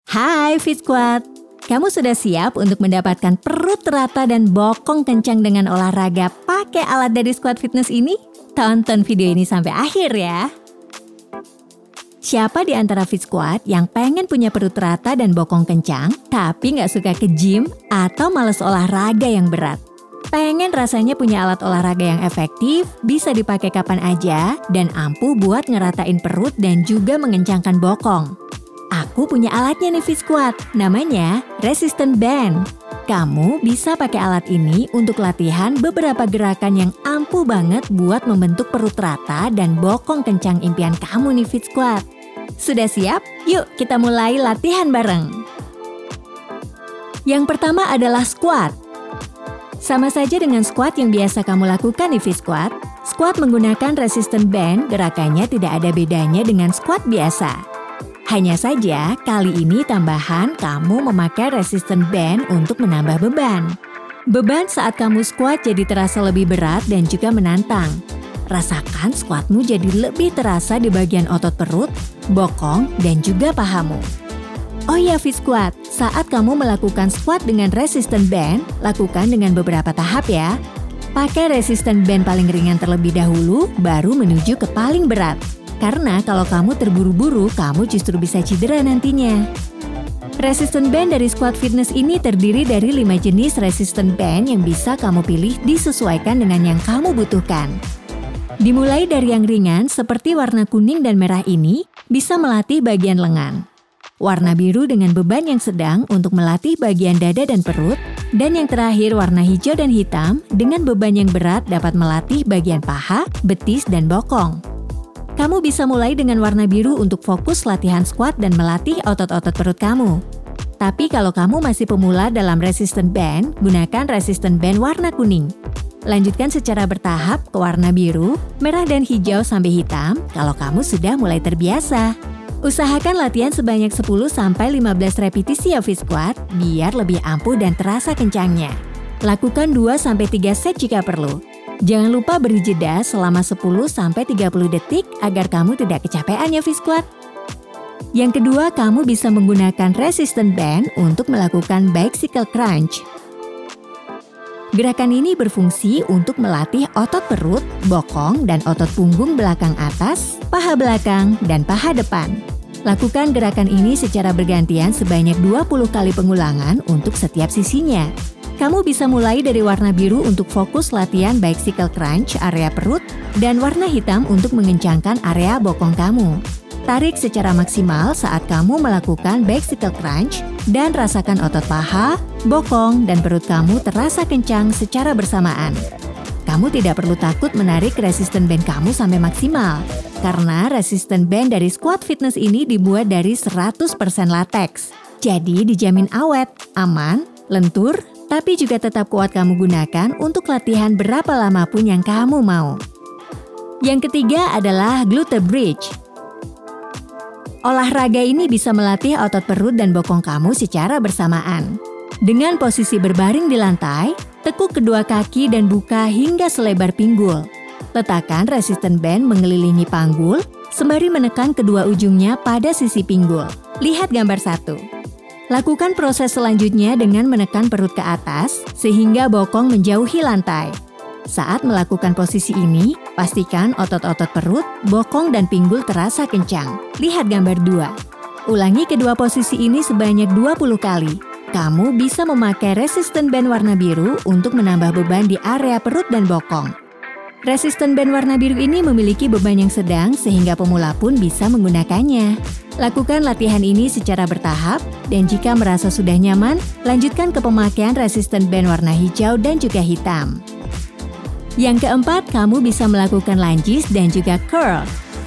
Hai Fit Squad, kamu sudah siap untuk mendapatkan perut rata dan bokong kencang dengan olahraga pakai alat dari Squad Fitness ini? Tonton video ini sampai akhir ya. Siapa di antara Fit Squad yang pengen punya perut rata dan bokong kencang, tapi nggak suka ke gym atau males olahraga yang berat? Pengen rasanya punya alat olahraga yang efektif, bisa dipakai kapan aja, dan ampuh buat ngeratain perut dan juga mengencangkan bokong. Aku punya alatnya nih Fit Squad, namanya Resistance Band. Kamu bisa pakai alat ini untuk latihan beberapa gerakan yang ampuh banget buat membentuk perut rata dan bokong kencang impian kamu nih Fit Squad. Sudah siap? Yuk kita mulai latihan bareng. Yang pertama adalah squat. Sama saja dengan squat yang biasa kamu lakukan nih Fit Squad. Squat menggunakan Resistance Band, gerakannya tidak ada bedanya dengan squat biasa. Hanya saja, kali ini tambahan kamu memakai Resistance Band untuk menambah beban. Beban saat kamu squat jadi terasa lebih berat dan juga menantang. Rasakan squatmu jadi lebih terasa di bagian otot perut, bokong, dan juga pahamu. Oh iya Fit Squad, saat kamu melakukan squat dengan Resistance Band, lakukan dengan beberapa tahap ya. Pakai Resistance Band paling ringan terlebih dahulu, baru menuju ke paling berat. Karena kalau kamu terburu-buru, kamu justru bisa cedera nantinya. Resistance Band dari Squad Fitness ini terdiri dari 5 jenis Resistance Band yang bisa kamu pilih disesuaikan dengan yang kamu butuhkan. Dimulai dari yang ringan seperti warna kuning dan merah ini bisa melatih bagian lengan. Warna biru dengan beban yang sedang untuk melatih bagian dada dan perut. Dan yang terakhir warna hijau dan hitam dengan beban yang berat dapat melatih bagian paha, betis, dan bokong. Kamu bisa mulai dengan warna biru untuk fokus latihan squat dan melatih otot-otot perut kamu. Tapi kalau kamu masih pemula dalam Resistance Band, gunakan Resistance Band warna kuning. Lanjutkan secara bertahap ke warna biru, merah dan hijau sampai hitam kalau kamu sudah mulai terbiasa. Usahakan latihan sebanyak 10-15 repetisi ya Fit Squad, biar lebih ampuh dan terasa kencangnya. Lakukan 2-3 set jika perlu. Jangan lupa beri jeda selama 10-30 detik agar kamu tidak kecapean ya Fit Squad. Yang kedua, kamu bisa menggunakan Resistance Band untuk melakukan Bicycle Crunch. Gerakan ini berfungsi untuk melatih otot perut, bokong, dan otot punggung belakang atas, paha belakang, dan paha depan. Lakukan gerakan ini secara bergantian sebanyak 20 kali pengulangan untuk setiap sisinya. Kamu bisa mulai dari warna biru untuk fokus latihan Bicycle Crunch area perut dan warna hitam untuk mengencangkan area bokong kamu. Tarik secara maksimal saat kamu melakukan Bicycle Crunch dan rasakan otot paha, bokong, dan perut kamu terasa kencang secara bersamaan. Kamu tidak perlu takut menarik Resistance Band kamu sampai maksimal, karena Resistance Band dari Squad Fitness ini dibuat dari 100% latex. Jadi dijamin awet, aman, lentur, tapi juga tetap kuat kamu gunakan untuk latihan berapa lama pun yang kamu mau. Yang ketiga adalah Glute Bridge. Olahraga ini bisa melatih otot perut dan bokong kamu secara bersamaan. Dengan posisi berbaring di lantai, tekuk kedua kaki dan buka hingga selebar pinggul. Letakkan Resistance Band mengelilingi panggul, sembari menekan kedua ujungnya pada sisi pinggul. Lihat gambar 1. Lakukan proses selanjutnya dengan menekan perut ke atas, sehingga bokong menjauhi lantai. Saat melakukan posisi ini, pastikan otot-otot perut, bokong, dan pinggul terasa kencang. Lihat gambar 2. Ulangi kedua posisi ini sebanyak 20 kali. Kamu bisa memakai Resistance Band warna biru untuk menambah beban di area perut dan bokong. Resistance Band warna biru ini memiliki beban yang sedang sehingga pemula pun bisa menggunakannya. Lakukan latihan ini secara bertahap, dan jika merasa sudah nyaman, lanjutkan ke pemakaian Resistance Band warna hijau dan juga hitam. Yang keempat, kamu bisa melakukan lunges dan juga curl.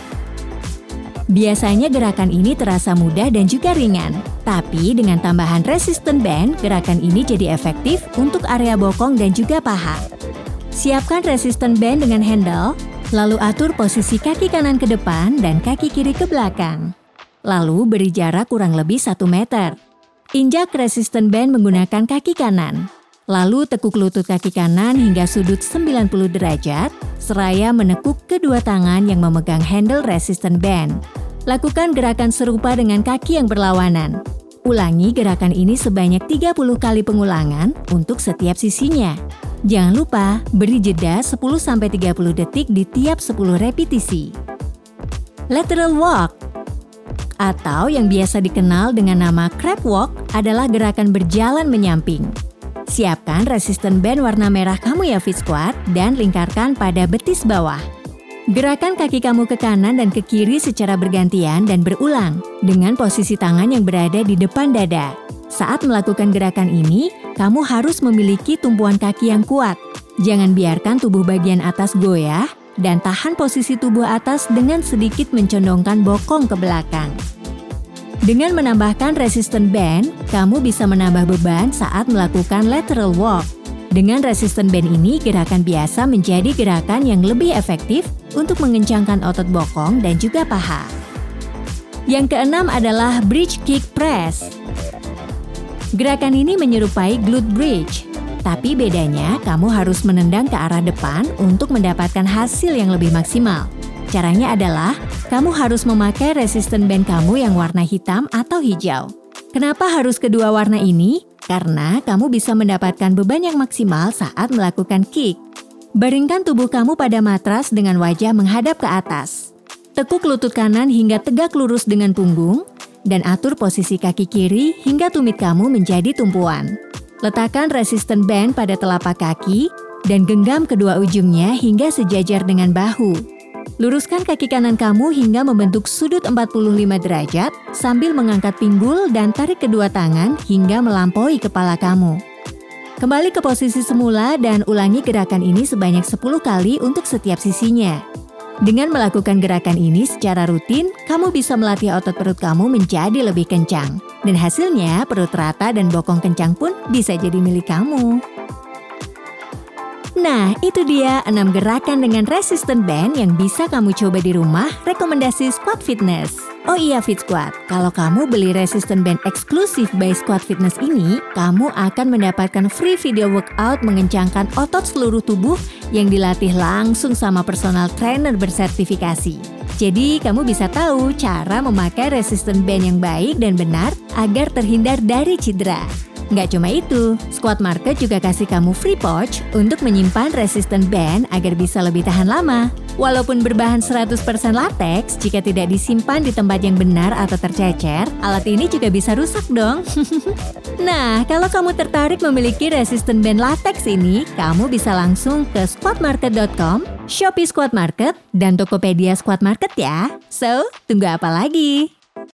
Biasanya gerakan ini terasa mudah dan juga ringan, tapi dengan tambahan Resistance Band, gerakan ini jadi efektif untuk area bokong dan juga paha. Siapkan Resistance Band dengan handle, lalu atur posisi kaki kanan ke depan dan kaki kiri ke belakang. Lalu beri jarak kurang lebih 1 meter. Injak Resistance Band menggunakan kaki kanan. Lalu tekuk lutut kaki kanan hingga sudut 90 derajat, seraya menekuk kedua tangan yang memegang handle Resistance Band. Lakukan gerakan serupa dengan kaki yang berlawanan. Ulangi gerakan ini sebanyak 30 kali pengulangan untuk setiap sisinya. Jangan lupa beri jeda 10-30 detik di tiap 10 repetisi. Lateral walk atau yang biasa dikenal dengan nama crab walk adalah gerakan berjalan menyamping. Siapkan resistance band warna merah kamu ya Fit Squad dan lingkarkan pada betis bawah. Gerakan kaki kamu ke kanan dan ke kiri secara bergantian dan berulang dengan posisi tangan yang berada di depan dada. Saat melakukan gerakan ini, kamu harus memiliki tumpuan kaki yang kuat. Jangan biarkan tubuh bagian atas goyah dan tahan posisi tubuh atas dengan sedikit mencondongkan bokong ke belakang. Dengan menambahkan resistance band, kamu bisa menambah beban saat melakukan lateral walk. Dengan resistance band ini, gerakan biasa menjadi gerakan yang lebih efektif untuk mengencangkan otot bokong dan juga paha. Yang keenam adalah bridge kick press. Gerakan ini menyerupai glute bridge, tapi bedanya kamu harus menendang ke arah depan untuk mendapatkan hasil yang lebih maksimal. Caranya adalah, kamu harus memakai resistance band kamu yang warna hitam atau hijau. Kenapa harus kedua warna ini? Karena kamu bisa mendapatkan beban yang maksimal saat melakukan kick. Baringkan tubuh kamu pada matras dengan wajah menghadap ke atas. Tekuk lutut kanan hingga tegak lurus dengan punggung, dan atur posisi kaki kiri hingga tumit kamu menjadi tumpuan. Letakkan resistance band pada telapak kaki, dan genggam kedua ujungnya hingga sejajar dengan bahu. Luruskan kaki kanan kamu hingga membentuk sudut 45 derajat sambil mengangkat pinggul dan tarik kedua tangan hingga melampaui kepala kamu. Kembali ke posisi semula dan ulangi gerakan ini sebanyak 10 kali untuk setiap sisinya. Dengan melakukan gerakan ini secara rutin, kamu bisa melatih otot perut kamu menjadi lebih kencang. Dan hasilnya perut rata dan bokong kencang pun bisa jadi milik kamu. Nah, itu dia 6 gerakan dengan resistance band yang bisa kamu coba di rumah, rekomendasi Squad Fitness. Oh iya Fit Squad, kalau kamu beli resistance band eksklusif by Squad Fitness ini, kamu akan mendapatkan free video workout mengencangkan otot seluruh tubuh yang dilatih langsung sama personal trainer bersertifikasi. Jadi, kamu bisa tahu cara memakai resistance band yang baik dan benar agar terhindar dari cedera. Nggak cuma itu, Squad Market juga kasih kamu free pouch untuk menyimpan resistance band agar bisa lebih tahan lama. Walaupun berbahan 100% latex, jika tidak disimpan di tempat yang benar atau tercecer, alat ini juga bisa rusak dong. Nah, kalau kamu tertarik memiliki resistance band latex ini, kamu bisa langsung ke squadmarket.com, Shopee Squad Market, dan Tokopedia Squad Market ya. So, tunggu apa lagi?